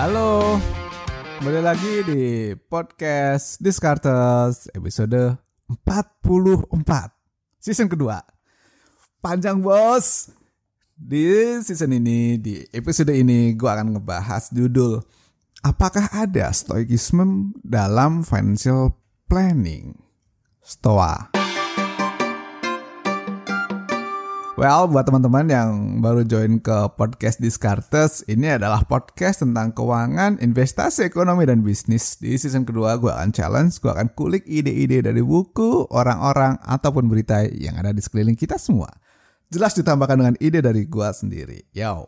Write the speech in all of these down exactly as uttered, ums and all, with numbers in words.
Halo, kembali lagi di podcast Descartes episode empat puluh empat, season kedua. Panjang bos. Di season ini, di episode ini gue akan ngebahas judul apakah ada stoikisme dalam financial planning? Stoa. Well, buat teman-teman yang baru join ke podcast Descartes, ini adalah podcast tentang keuangan, investasi, ekonomi, dan bisnis. Di season kedua, gue akan challenge, gue akan kulik ide-ide dari buku, orang-orang, ataupun berita yang ada di sekeliling kita semua. Jelas ditambahkan dengan ide dari gue sendiri. Yo!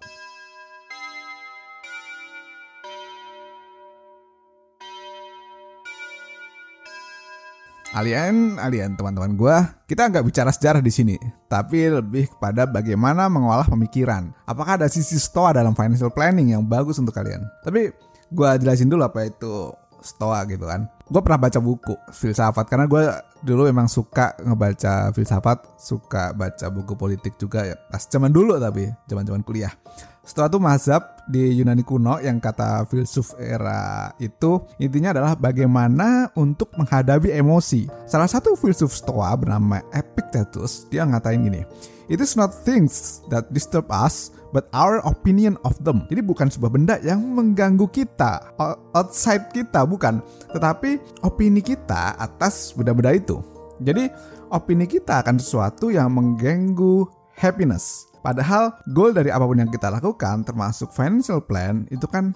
Alien, alien teman-teman gue, kita nggak bicara sejarah di sini, tapi lebih kepada bagaimana mengolah pemikiran. Apakah ada sisi Stoa dalam financial planning yang bagus untuk kalian? Tapi gue jelasin dulu apa itu Stoa gitu kan. Gue pernah baca buku filsafat karena gue dulu emang suka ngebaca filsafat, suka baca buku politik juga ya. Pas zaman dulu tapi zaman-zaman kuliah. Stoa itu mazhab di Yunani kuno yang kata filsuf era itu intinya adalah bagaimana untuk menghadapi emosi. Salah satu filsuf Stoa bernama Epictetus, dia ngatain gini, "It is not things that disturb us, but our opinion of them." Jadi bukan sebuah benda yang mengganggu kita, outside kita, bukan. Tetapi opini kita atas benda-benda itu. Jadi opini kita akan sesuatu yang mengganggu happiness. Padahal goal dari apapun yang kita lakukan, termasuk financial plan, itu kan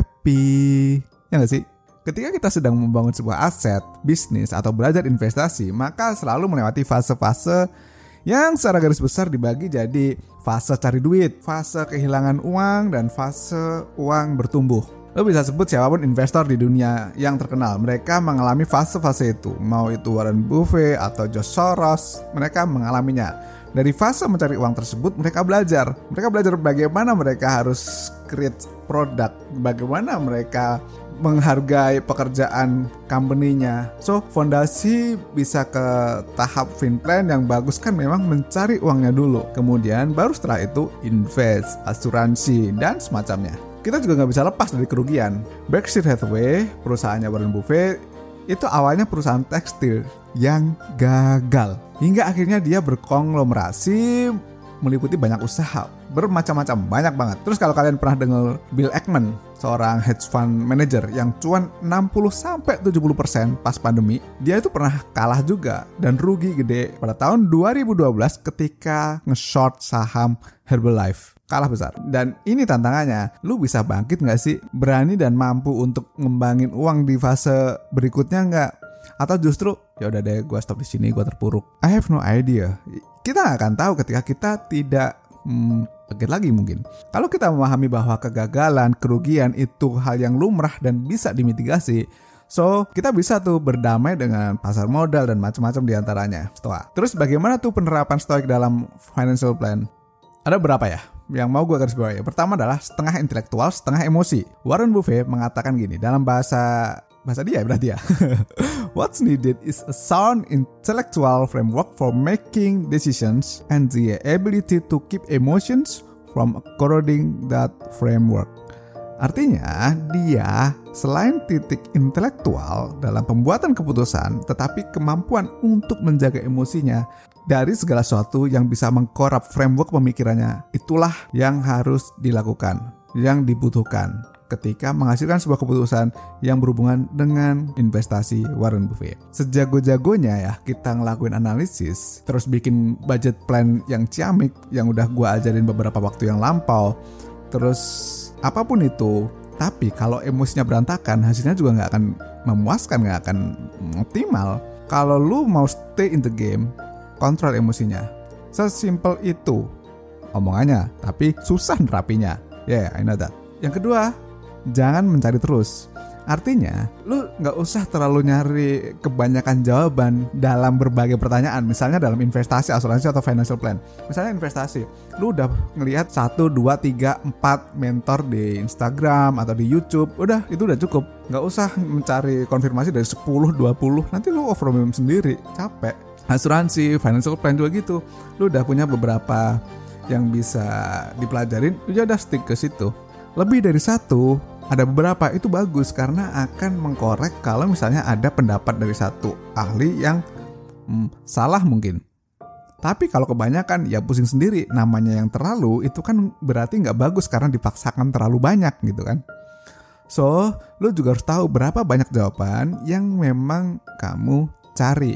happy. Ya nggak sih? Ketika kita sedang membangun sebuah aset, bisnis, atau belajar investasi, maka selalu melewati fase-fase yang secara garis besar dibagi jadi fase cari duit, fase kehilangan uang, dan fase uang bertumbuh. Lo bisa sebut siapapun investor di dunia yang terkenal, mereka mengalami fase-fase itu. Mau itu Warren Buffett atau George Soros, mereka mengalaminya. Dari fase mencari uang tersebut, mereka belajar. Mereka belajar bagaimana mereka harus create produk, bagaimana mereka menghargai pekerjaan company-nya. So, fondasi bisa ke tahap fin plan yang bagus kan memang mencari uangnya dulu. Kemudian baru setelah itu invest, asuransi, dan semacamnya. Kita juga nggak bisa lepas dari kerugian. Berkshire Hathaway, perusahaannya Warren Buffett, itu awalnya perusahaan tekstil yang gagal. Hingga akhirnya dia berkonglomerasi meliputi banyak usaha, bermacam-macam, banyak banget. Terus kalau kalian pernah dengar Bill Ackman, seorang hedge fund manager yang cuan enam puluh sampai tujuh puluh persen pas pandemi, dia itu pernah kalah juga dan rugi gede pada tahun dua ribu dua belas ketika nge-short saham Herbalife. Kalah besar. Dan ini tantangannya, lu bisa bangkit gak sih? Berani dan mampu untuk ngembangin uang di fase berikutnya gak? Atau justru, ya udah deh gue stop di sini, gue terpuruk. I have no idea. Kita gak akan tahu ketika kita tidak hmm, pikir lagi mungkin. Kalau kita memahami bahwa kegagalan, kerugian itu hal yang lumrah dan bisa dimitigasi, so, kita bisa tuh berdamai dengan pasar modal dan macam-macam diantaranya. Stoa. Terus bagaimana tuh penerapan stoik dalam financial plan? Ada berapa ya yang mau gue garis bawahi? Pertama adalah setengah intelektual, setengah emosi. Warren Buffett mengatakan gini dalam bahasa bahasa dia berarti ya. What's needed is a sound intellectual framework for making decisions and the ability to keep emotions from corroding that framework. Artinya, dia selain titik intelektual dalam pembuatan keputusan, tetapi kemampuan untuk menjaga emosinya dari segala sesuatu yang bisa mengkorap framework pemikirannya. Itulah yang harus dilakukan, yang dibutuhkan ketika menghasilkan sebuah keputusan yang berhubungan dengan investasi Warren Buffett. Sejago-jagonya ya kita ngelakuin analisis, terus bikin budget plan yang ciamik, yang udah gue ajarin beberapa waktu yang lampau, terus apapun itu, tapi kalau emosinya berantakan, hasilnya juga gak akan memuaskan, gak akan optimal. Kalau lu mau stay in the game, kontrol emosinya. Sesimpel itu omongannya, tapi susah nerapinya. Yeah, I know that. Yang kedua, jangan mencari terus. Artinya, lu gak usah terlalu nyari kebanyakan jawaban dalam berbagai pertanyaan. Misalnya dalam investasi, asuransi, atau financial plan. Misalnya investasi, lu udah ngelihat satu, dua, tiga, empat mentor di Instagram atau di YouTube. Udah, itu udah cukup. Gak usah mencari konfirmasi dari sepuluh, dua puluh. Nanti lu overwhelm sendiri, capek. Asuransi, financial plan juga gitu. Lu udah punya beberapa yang bisa dipelajarin, lu udah stick ke situ. Lebih dari satu ada beberapa itu bagus karena akan mengkorek kalau misalnya ada pendapat dari satu ahli yang hmm, salah mungkin. Tapi kalau kebanyakan ya pusing sendiri. Namanya yang terlalu itu kan berarti nggak bagus karena dipaksakan terlalu banyak gitu kan. So, lo juga harus tahu berapa banyak jawaban yang memang kamu cari.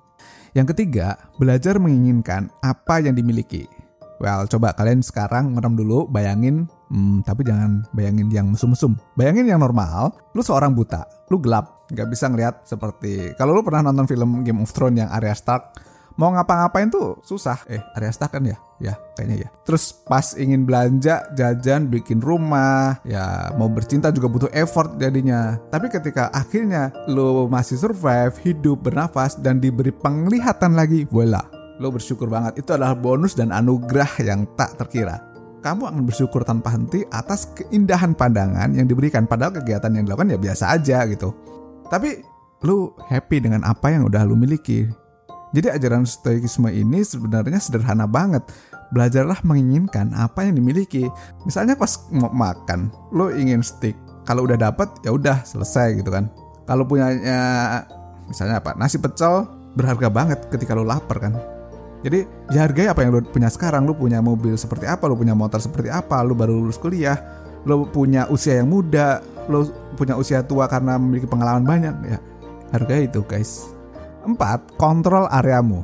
Yang ketiga, belajar menginginkan apa yang dimiliki. Well, coba kalian sekarang ngerem dulu, bayangin, hmm, tapi jangan bayangin yang mesum-mesum. Bayangin yang normal, lu seorang buta, lu gelap, gak bisa ngeliat seperti... Kalau lu pernah nonton film Game of Thrones yang Arya Stark, mau ngapa-ngapain tuh susah. Eh, Arya Stark kan ya? Ya, kayaknya ya. Terus pas ingin belanja, jajan, bikin rumah, ya mau bercinta juga butuh effort jadinya. Tapi ketika akhirnya lu masih survive, hidup, bernafas, dan diberi penglihatan lagi, voila. Lo bersyukur banget, itu adalah bonus dan anugerah yang tak terkira. Kamu akan bersyukur tanpa henti atas keindahan pandangan yang diberikan, padahal kegiatan yang dilakukan ya biasa aja gitu. Tapi lo happy dengan apa yang udah lo miliki. Jadi ajaran stoikisme ini sebenarnya sederhana banget. Belajarlah menginginkan apa yang dimiliki. Misalnya pas mau makan, lo ingin steak. Kalau udah dapet ya udah selesai gitu kan. Kalau punyanya misalnya apa, nasi pecel, berharga banget ketika lo lapar kan. Jadi ya hargai apa yang lo punya sekarang. Lo punya mobil seperti apa, lo punya motor seperti apa, lo baru lulus kuliah, lo punya usia yang muda, lo punya usia tua karena memiliki pengalaman banyak. Ya hargai itu guys. Empat, kontrol areamu.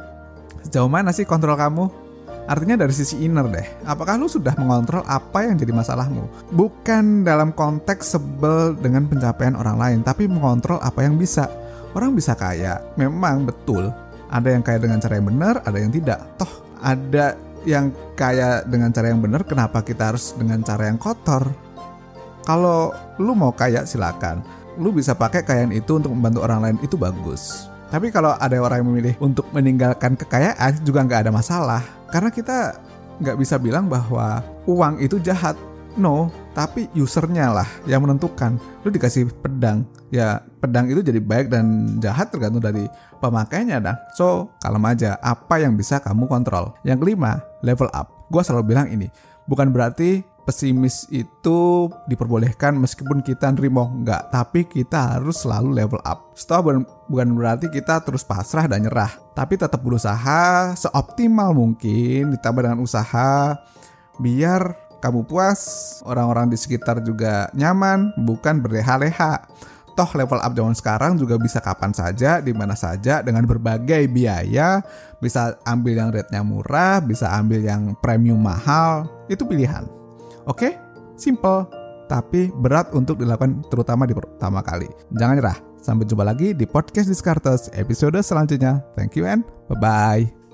Sejauh mana sih kontrol kamu? Artinya dari sisi inner deh. Apakah lo sudah mengontrol apa yang jadi masalahmu? Bukan dalam konteks sebel dengan pencapaian orang lain, tapi mengontrol apa yang bisa. Orang bisa kaya, memang betul. Ada yang kaya dengan cara yang benar, ada yang tidak. Toh ada yang kaya dengan cara yang benar, kenapa kita harus dengan cara yang kotor? Kalau lu mau kaya silakan. Lu bisa pakai kekayaan itu untuk membantu orang lain, itu bagus. Tapi kalau ada orang yang memilih untuk meninggalkan kekayaan juga nggak ada masalah. Karena kita nggak bisa bilang bahwa uang itu jahat. No, tapi usernya lah yang menentukan. Lu dikasih pedang, ya pedang itu jadi baik dan jahat tergantung dari pemakainya dah. So, kalem aja, apa yang bisa kamu kontrol. Yang kelima, level up. Gua selalu bilang ini, bukan berarti pesimis itu diperbolehkan meskipun kita nerimo, enggak. Tapi kita harus selalu level up. Setelah bukan berarti kita terus pasrah dan nyerah. Tapi tetap berusaha seoptimal mungkin, ditambah dengan usaha, biar kamu puas, orang-orang di sekitar juga nyaman, bukan berleha-leha. Toh level up zaman sekarang juga bisa kapan saja, di mana saja, dengan berbagai biaya. Bisa ambil yang rate-nya murah, bisa ambil yang premium mahal. Itu pilihan. Oke? Simple, tapi berat untuk dilakukan terutama di pertama kali. Jangan nyerah. Sampai jumpa lagi di podcast Descartes episode selanjutnya. Thank you and bye-bye.